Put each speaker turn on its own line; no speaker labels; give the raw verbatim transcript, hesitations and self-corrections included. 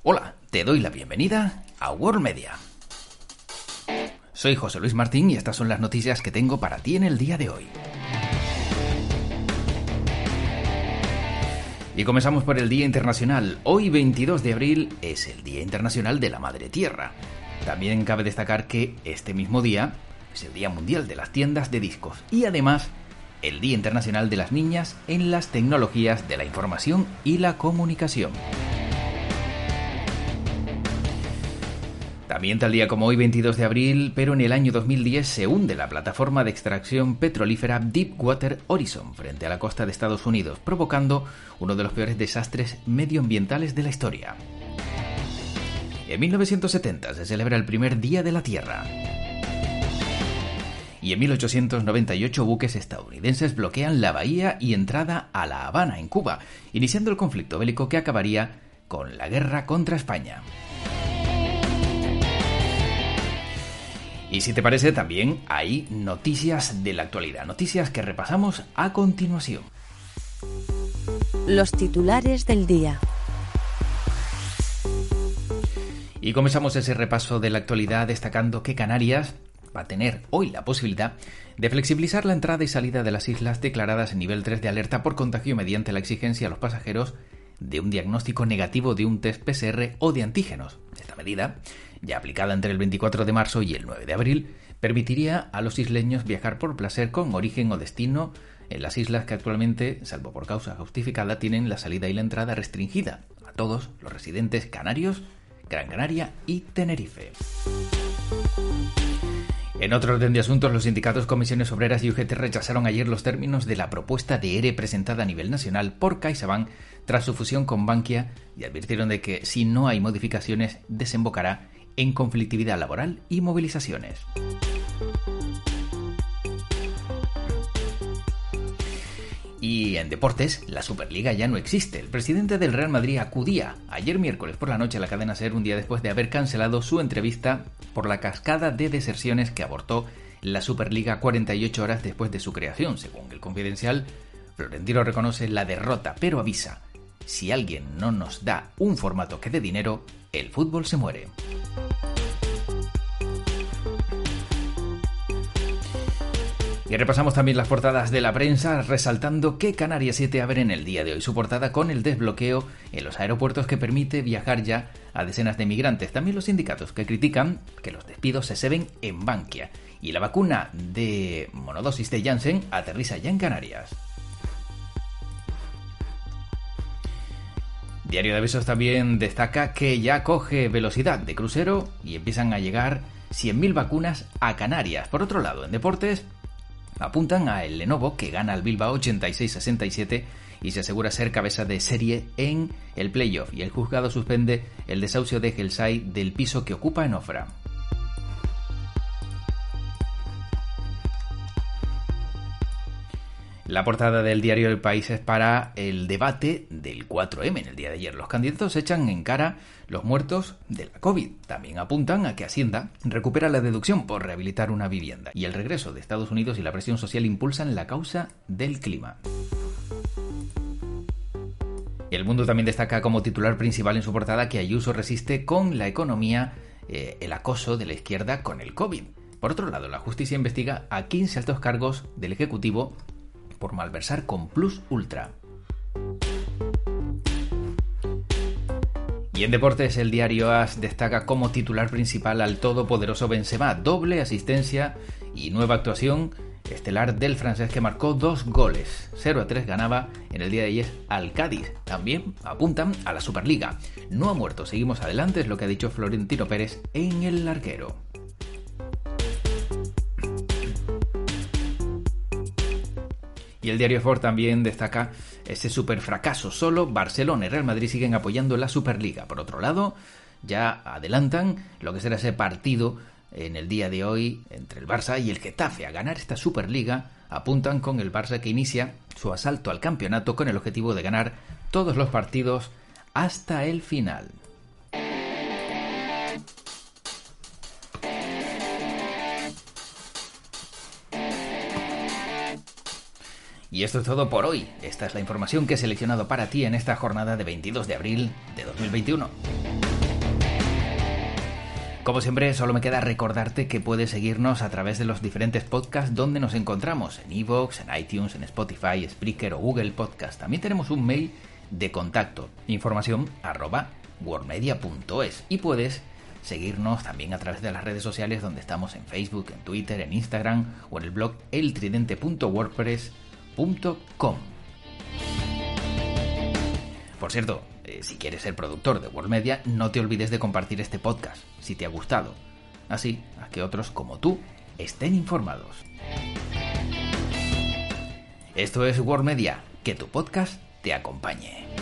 Hola, te doy la bienvenida a World Media. Soy José Luis Martín y estas son las noticias que tengo para ti en el día de hoy. Y comenzamos por el Día Internacional. Hoy, veintidós de abril, es el Día Internacional de la Madre Tierra. También cabe destacar que este mismo día es el Día Mundial de las Tiendas de Discos y además el Día Internacional de las Niñas en las Tecnologías de la Información y la Comunicación. También tal día como hoy, veintidós de abril, pero en el año dos mil diez se hunde la plataforma de extracción petrolífera Deepwater Horizon frente a la costa de Estados Unidos, provocando uno de los peores desastres medioambientales de la historia. En mil novecientos setenta se celebra el primer Día de la Tierra. Y en mil ochocientos noventa y ocho buques estadounidenses bloquean la bahía y entrada a La Habana, en Cuba, iniciando el conflicto bélico que acabaría con la guerra contra España. Y si te parece, también hay noticias de la actualidad, noticias que repasamos a continuación.
Los titulares del día.
Y comenzamos ese repaso de la actualidad destacando que Canarias va a tener hoy la posibilidad de flexibilizar la entrada y salida de las islas declaradas en nivel tres de alerta por contagio mediante la exigencia a los pasajeros de un diagnóstico negativo de un test P C R o de antígenos. Esta medida, ya aplicada entre el veinticuatro de marzo y el nueve de abril, permitiría a los isleños viajar por placer con origen o destino en las islas que actualmente, salvo por causa justificada, tienen la salida y la entrada restringida a todos los residentes canarios, Gran Canaria y Tenerife. En otro orden de asuntos, los sindicatos, comisiones obreras y U G T rechazaron ayer los términos de la propuesta de ERE presentada a nivel nacional por CaixaBank tras su fusión con Bankia y advirtieron de que si no hay modificaciones desembocará en conflictividad laboral y movilizaciones. Y en deportes, la Superliga ya no existe. El presidente del Real Madrid acudía ayer miércoles por la noche a la cadena SER un día después de haber cancelado su entrevista por la cascada de deserciones que abortó la Superliga cuarenta y ocho horas después de su creación. Según el Confidencial, Florentino reconoce la derrota, pero avisa: si alguien no nos da un formato que dé dinero, el fútbol se muere. Y repasamos también las portadas de la prensa, resaltando que Canarias siete abre en el día de hoy su portada con el desbloqueo en los aeropuertos que permite viajar ya a decenas de migrantes. También los sindicatos que critican que los despidos se ceben en Bankia. Y la vacuna de monodosis de Janssen aterriza ya en Canarias. Diario de Avisos también destaca que ya coge velocidad de crucero y empiezan a llegar cien mil vacunas a Canarias. Por otro lado, en deportes, apuntan a el Lenovo, que gana al Bilbao ochenta y seis a sesenta y siete y se asegura ser cabeza de serie en el playoff. Y el juzgado suspende el desahucio de Gelsay del piso que ocupa en Ofra. La portada del diario El País es para el debate del cuatro eme en el día de ayer. Los candidatos echan en cara los muertos de la COVID. También apuntan a que Hacienda recupera la deducción por rehabilitar una vivienda. Y el regreso de Estados Unidos y la presión social impulsan la causa del clima. El Mundo también destaca como titular principal en su portada que Ayuso resiste con la economía eh, el acoso de la izquierda con el COVID. Por otro lado, la justicia investiga a quince altos cargos del Ejecutivo por malversar con Plus Ultra. Y en deportes, el diario AS destaca como titular principal al todopoderoso Benzema, doble asistencia y nueva actuación estelar del francés que marcó dos goles. cero a tres ganaba en el día de ayer al Cádiz. También apuntan a la Superliga. No ha muerto, seguimos adelante, es lo que ha dicho Florentino Pérez en el larguero. Y el diario Sport también destaca ese super fracaso. Solo Barcelona y Real Madrid siguen apoyando la Superliga. Por otro lado, ya adelantan lo que será ese partido en el día de hoy entre el Barça y el Getafe. A ganar esta Superliga apuntan con el Barça, que inicia su asalto al campeonato con el objetivo de ganar todos los partidos hasta el final. Y esto es todo por hoy. Esta es la información que he seleccionado para ti en esta jornada de veintidós de abril de dos mil veintiuno. Como siempre, solo me queda recordarte que puedes seguirnos a través de los diferentes podcasts donde nos encontramos, en iVoox, en iTunes, en Spotify, Spreaker o Google Podcast. También tenemos un mail de contacto, información arroba worldmedia punto es, y puedes seguirnos también a través de las redes sociales donde estamos en Facebook, en Twitter, en Instagram o en el blog el tridente punto wordpress punto com. Por cierto, eh, si quieres ser productor de World Media, no te olvides de compartir este podcast si te ha gustado, así a que otros como tú estén informados. Esto es World Media, que tu podcast te acompañe.